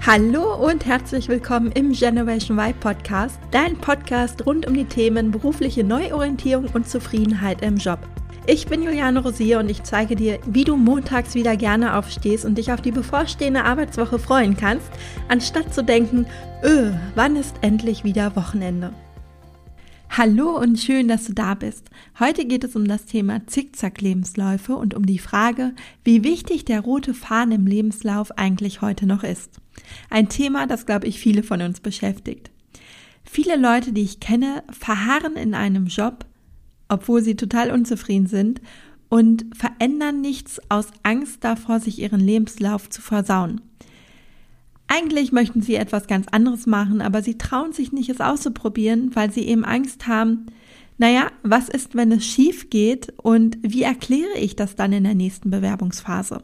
Hallo und herzlich willkommen im Generation Y Podcast, dein Podcast rund um die Themen berufliche Neuorientierung und Zufriedenheit im Job. Ich bin Juliane Rosier und ich zeige dir, wie du montags wieder gerne aufstehst und dich auf die bevorstehende Arbeitswoche freuen kannst, anstatt zu denken, wann ist endlich wieder Wochenende? Hallo und schön, dass du da bist. Heute geht es um das Thema Zickzack-Lebensläufe und um die Frage, wie wichtig der rote Faden im Lebenslauf eigentlich heute noch ist. Ein Thema, das, glaube ich, viele von uns beschäftigt. Viele Leute, die ich kenne, verharren in einem Job, obwohl sie total unzufrieden sind und verändern nichts aus Angst davor, sich ihren Lebenslauf zu versauen. Eigentlich möchten sie etwas ganz anderes machen, aber sie trauen sich nicht, es auszuprobieren, weil sie eben Angst haben, was ist, wenn es schief geht und wie erkläre ich das dann in der nächsten Bewerbungsphase?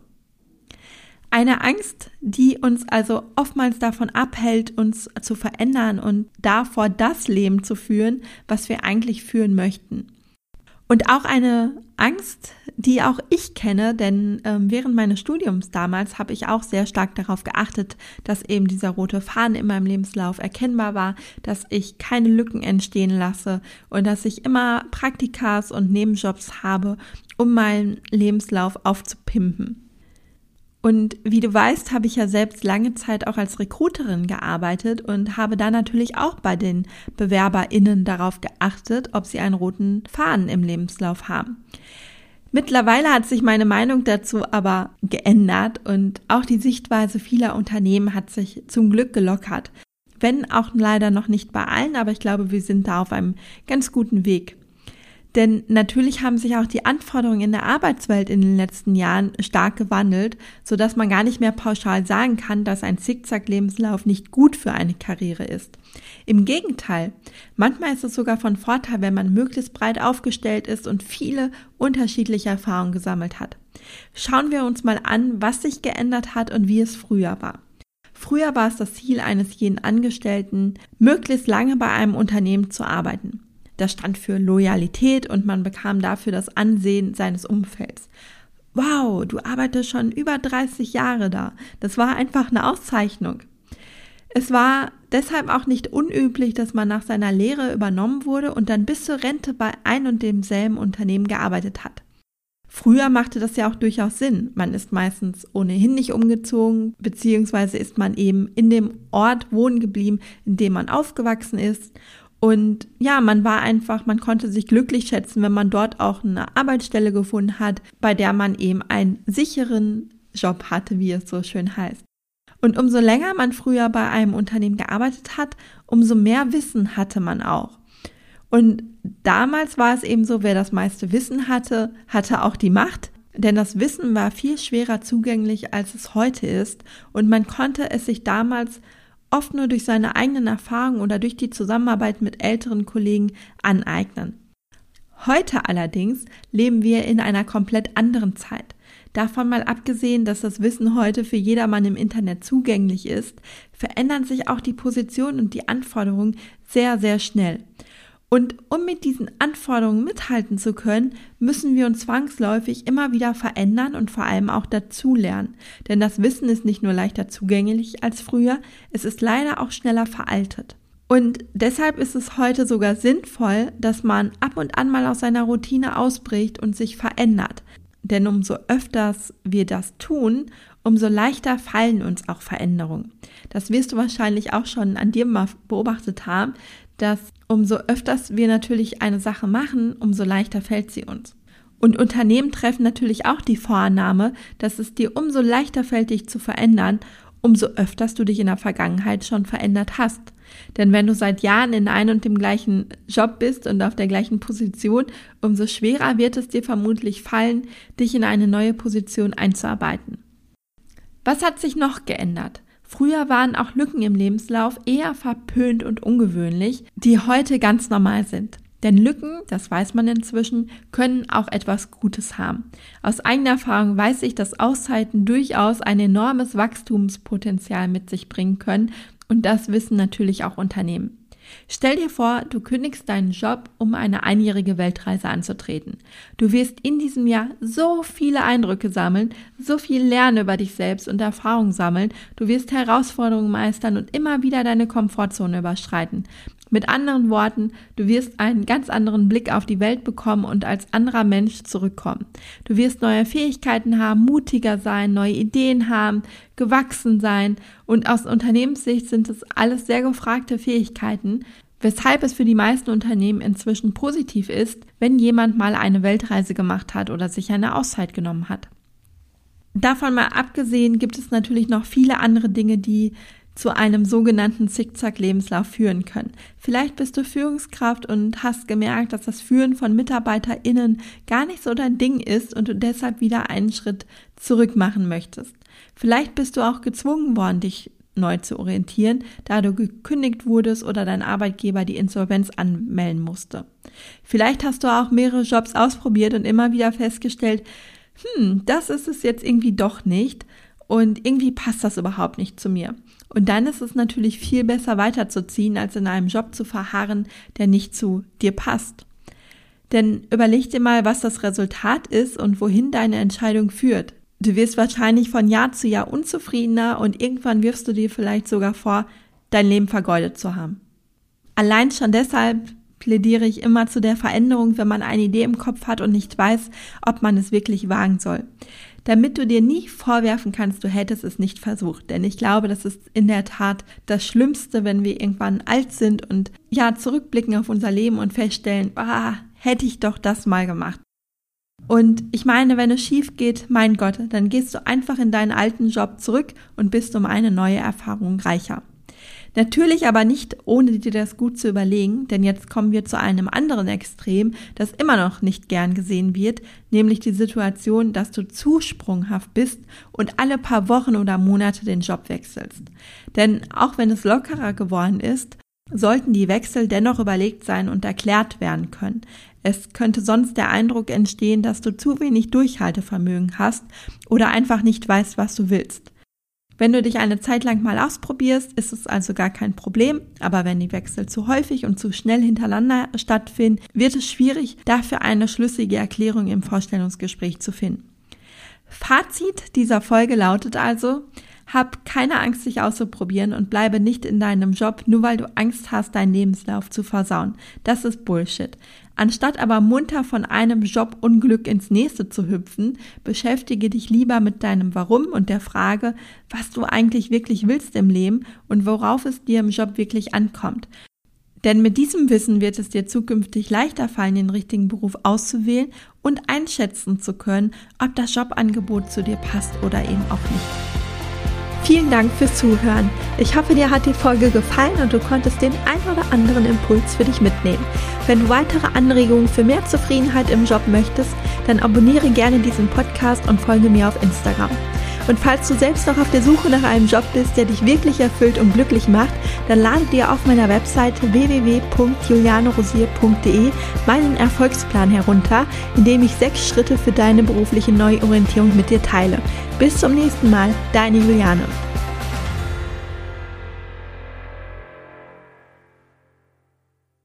Eine Angst, die uns also oftmals davon abhält, uns zu verändern und davor das Leben zu führen, was wir eigentlich führen möchten. Und auch eine Angst, die auch ich kenne, denn während meines Studiums damals habe ich auch sehr stark darauf geachtet, dass eben dieser rote Faden in meinem Lebenslauf erkennbar war, dass ich keine Lücken entstehen lasse und dass ich immer Praktikas und Nebenjobs habe, um meinen Lebenslauf aufzupimpen. Und wie du weißt, habe ich ja selbst lange Zeit auch als Recruiterin gearbeitet und habe da natürlich auch bei den BewerberInnen darauf geachtet, ob sie einen roten Faden im Lebenslauf haben. Mittlerweile hat sich meine Meinung dazu aber geändert und auch die Sichtweise vieler Unternehmen hat sich zum Glück gelockert. Wenn auch leider noch nicht bei allen, aber ich glaube, wir sind da auf einem ganz guten Weg. Denn natürlich haben sich auch die Anforderungen in der Arbeitswelt in den letzten Jahren stark gewandelt, sodass man gar nicht mehr pauschal sagen kann, dass ein Zickzack-Lebenslauf nicht gut für eine Karriere ist. Im Gegenteil, manchmal ist es sogar von Vorteil, wenn man möglichst breit aufgestellt ist und viele unterschiedliche Erfahrungen gesammelt hat. Schauen wir uns mal an, was sich geändert hat und wie es früher war. Früher war es das Ziel eines jeden Angestellten, möglichst lange bei einem Unternehmen zu arbeiten. Das stand für Loyalität und man bekam dafür das Ansehen seines Umfelds. Wow, du arbeitest schon über 30 Jahre da. Das war einfach eine Auszeichnung. Es war deshalb auch nicht unüblich, dass man nach seiner Lehre übernommen wurde und dann bis zur Rente bei ein und demselben Unternehmen gearbeitet hat. Früher machte das ja auch durchaus Sinn. Man ist meistens ohnehin nicht umgezogen, beziehungsweise ist man eben in dem Ort wohnen geblieben, in dem man aufgewachsen ist. Und ja, man konnte sich glücklich schätzen, wenn man dort auch eine Arbeitsstelle gefunden hat, bei der man eben einen sicheren Job hatte, wie es so schön heißt. Und umso länger man früher bei einem Unternehmen gearbeitet hat, umso mehr Wissen hatte man auch. Und damals war es eben so, wer das meiste Wissen hatte, hatte auch die Macht, denn das Wissen war viel schwerer zugänglich, als es heute ist. Und man konnte es sich damals oft nur durch seine eigenen Erfahrungen oder durch die Zusammenarbeit mit älteren Kollegen aneignen. Heute allerdings leben wir in einer komplett anderen Zeit. Davon mal abgesehen, dass das Wissen heute für jedermann im Internet zugänglich ist, verändern sich auch die Positionen und die Anforderungen sehr, sehr schnell. Und um mit diesen Anforderungen mithalten zu können, müssen wir uns zwangsläufig immer wieder verändern und vor allem auch dazulernen. Denn das Wissen ist nicht nur leichter zugänglich als früher, es ist leider auch schneller veraltet. Und deshalb ist es heute sogar sinnvoll, dass man ab und an mal aus seiner Routine ausbricht und sich verändert. Denn umso öfters wir das tun, umso leichter fallen uns auch Veränderungen. Das wirst du wahrscheinlich auch schon an dir mal beobachtet haben, dass umso öfters wir natürlich eine Sache machen, umso leichter fällt sie uns. Und Unternehmen treffen natürlich auch die Vorannahme, dass es dir umso leichter fällt, dich zu verändern, umso öfters du dich in der Vergangenheit schon verändert hast. Denn wenn du seit Jahren in einem und dem gleichen Job bist und auf der gleichen Position, umso schwerer wird es dir vermutlich fallen, dich in eine neue Position einzuarbeiten. Was hat sich noch geändert? Früher waren auch Lücken im Lebenslauf eher verpönt und ungewöhnlich, die heute ganz normal sind. Denn Lücken, das weiß man inzwischen, können auch etwas Gutes haben. Aus eigener Erfahrung weiß ich, dass Auszeiten durchaus ein enormes Wachstumspotenzial mit sich bringen können und das wissen natürlich auch Unternehmen. Stell dir vor, du kündigst deinen Job, um eine einjährige Weltreise anzutreten. Du wirst in diesem Jahr so viele Eindrücke sammeln, so viel lernen über dich selbst und Erfahrung sammeln. Du wirst Herausforderungen meistern und immer wieder deine Komfortzone überschreiten. Mit anderen Worten, du wirst einen ganz anderen Blick auf die Welt bekommen und als anderer Mensch zurückkommen. Du wirst neue Fähigkeiten haben, mutiger sein, neue Ideen haben, gewachsen sein und aus Unternehmenssicht sind es alles sehr gefragte Fähigkeiten, weshalb es für die meisten Unternehmen inzwischen positiv ist, wenn jemand mal eine Weltreise gemacht hat oder sich eine Auszeit genommen hat. Davon mal abgesehen gibt es natürlich noch viele andere Dinge, die zu einem sogenannten Zickzack-Lebenslauf führen können. Vielleicht bist du Führungskraft und hast gemerkt, dass das Führen von MitarbeiterInnen gar nicht so dein Ding ist und du deshalb wieder einen Schritt zurück machen möchtest. Vielleicht bist du auch gezwungen worden, dich neu zu orientieren, da du gekündigt wurdest oder dein Arbeitgeber die Insolvenz anmelden musste. Vielleicht hast du auch mehrere Jobs ausprobiert und immer wieder festgestellt, das ist es jetzt irgendwie doch nicht und irgendwie passt das überhaupt nicht zu mir. Und dann ist es natürlich viel besser weiterzuziehen, als in einem Job zu verharren, der nicht zu dir passt. Denn überleg dir mal, was das Resultat ist und wohin deine Entscheidung führt. Du wirst wahrscheinlich von Jahr zu Jahr unzufriedener und irgendwann wirfst du dir vielleicht sogar vor, dein Leben vergeudet zu haben. Allein schon deshalb plädiere ich immer zu der Veränderung, wenn man eine Idee im Kopf hat und nicht weiß, ob man es wirklich wagen soll. Damit du dir nie vorwerfen kannst, du hättest es nicht versucht. Denn ich glaube, das ist in der Tat das Schlimmste, wenn wir irgendwann alt sind und zurückblicken auf unser Leben und feststellen, hätte ich doch das mal gemacht. Und ich meine, wenn es schief geht, mein Gott, dann gehst du einfach in deinen alten Job zurück und bist um eine neue Erfahrung reicher. Natürlich aber nicht, ohne dir das gut zu überlegen, denn jetzt kommen wir zu einem anderen Extrem, das immer noch nicht gern gesehen wird, nämlich die Situation, dass du zu sprunghaft bist und alle paar Wochen oder Monate den Job wechselst. Denn auch wenn es lockerer geworden ist, sollten die Wechsel dennoch überlegt sein und erklärt werden können. Es könnte sonst der Eindruck entstehen, dass du zu wenig Durchhaltevermögen hast oder einfach nicht weißt, was du willst. Wenn du dich eine Zeit lang mal ausprobierst, ist es also gar kein Problem, aber wenn die Wechsel zu häufig und zu schnell hintereinander stattfinden, wird es schwierig, dafür eine schlüssige Erklärung im Vorstellungsgespräch zu finden. Fazit dieser Folge lautet also: Hab keine Angst, dich auszuprobieren und bleibe nicht in deinem Job, nur weil du Angst hast, deinen Lebenslauf zu versauen. Das ist Bullshit. Anstatt aber munter von einem Jobunglück ins nächste zu hüpfen, beschäftige dich lieber mit deinem Warum und der Frage, was du eigentlich wirklich willst im Leben und worauf es dir im Job wirklich ankommt. Denn mit diesem Wissen wird es dir zukünftig leichter fallen, den richtigen Beruf auszuwählen und einschätzen zu können, ob das Jobangebot zu dir passt oder eben auch nicht. Vielen Dank fürs Zuhören. Ich hoffe, dir hat die Folge gefallen und du konntest den ein oder anderen Impuls für dich mitnehmen. Wenn du weitere Anregungen für mehr Zufriedenheit im Job möchtest, dann abonniere gerne diesen Podcast und folge mir auf Instagram. Und falls du selbst noch auf der Suche nach einem Job bist, der dich wirklich erfüllt und glücklich macht, dann lade dir auf meiner Webseite www.julianerosier.de meinen Erfolgsplan herunter, in dem ich 6 Schritte für deine berufliche Neuorientierung mit dir teile. Bis zum nächsten Mal, deine Juliane.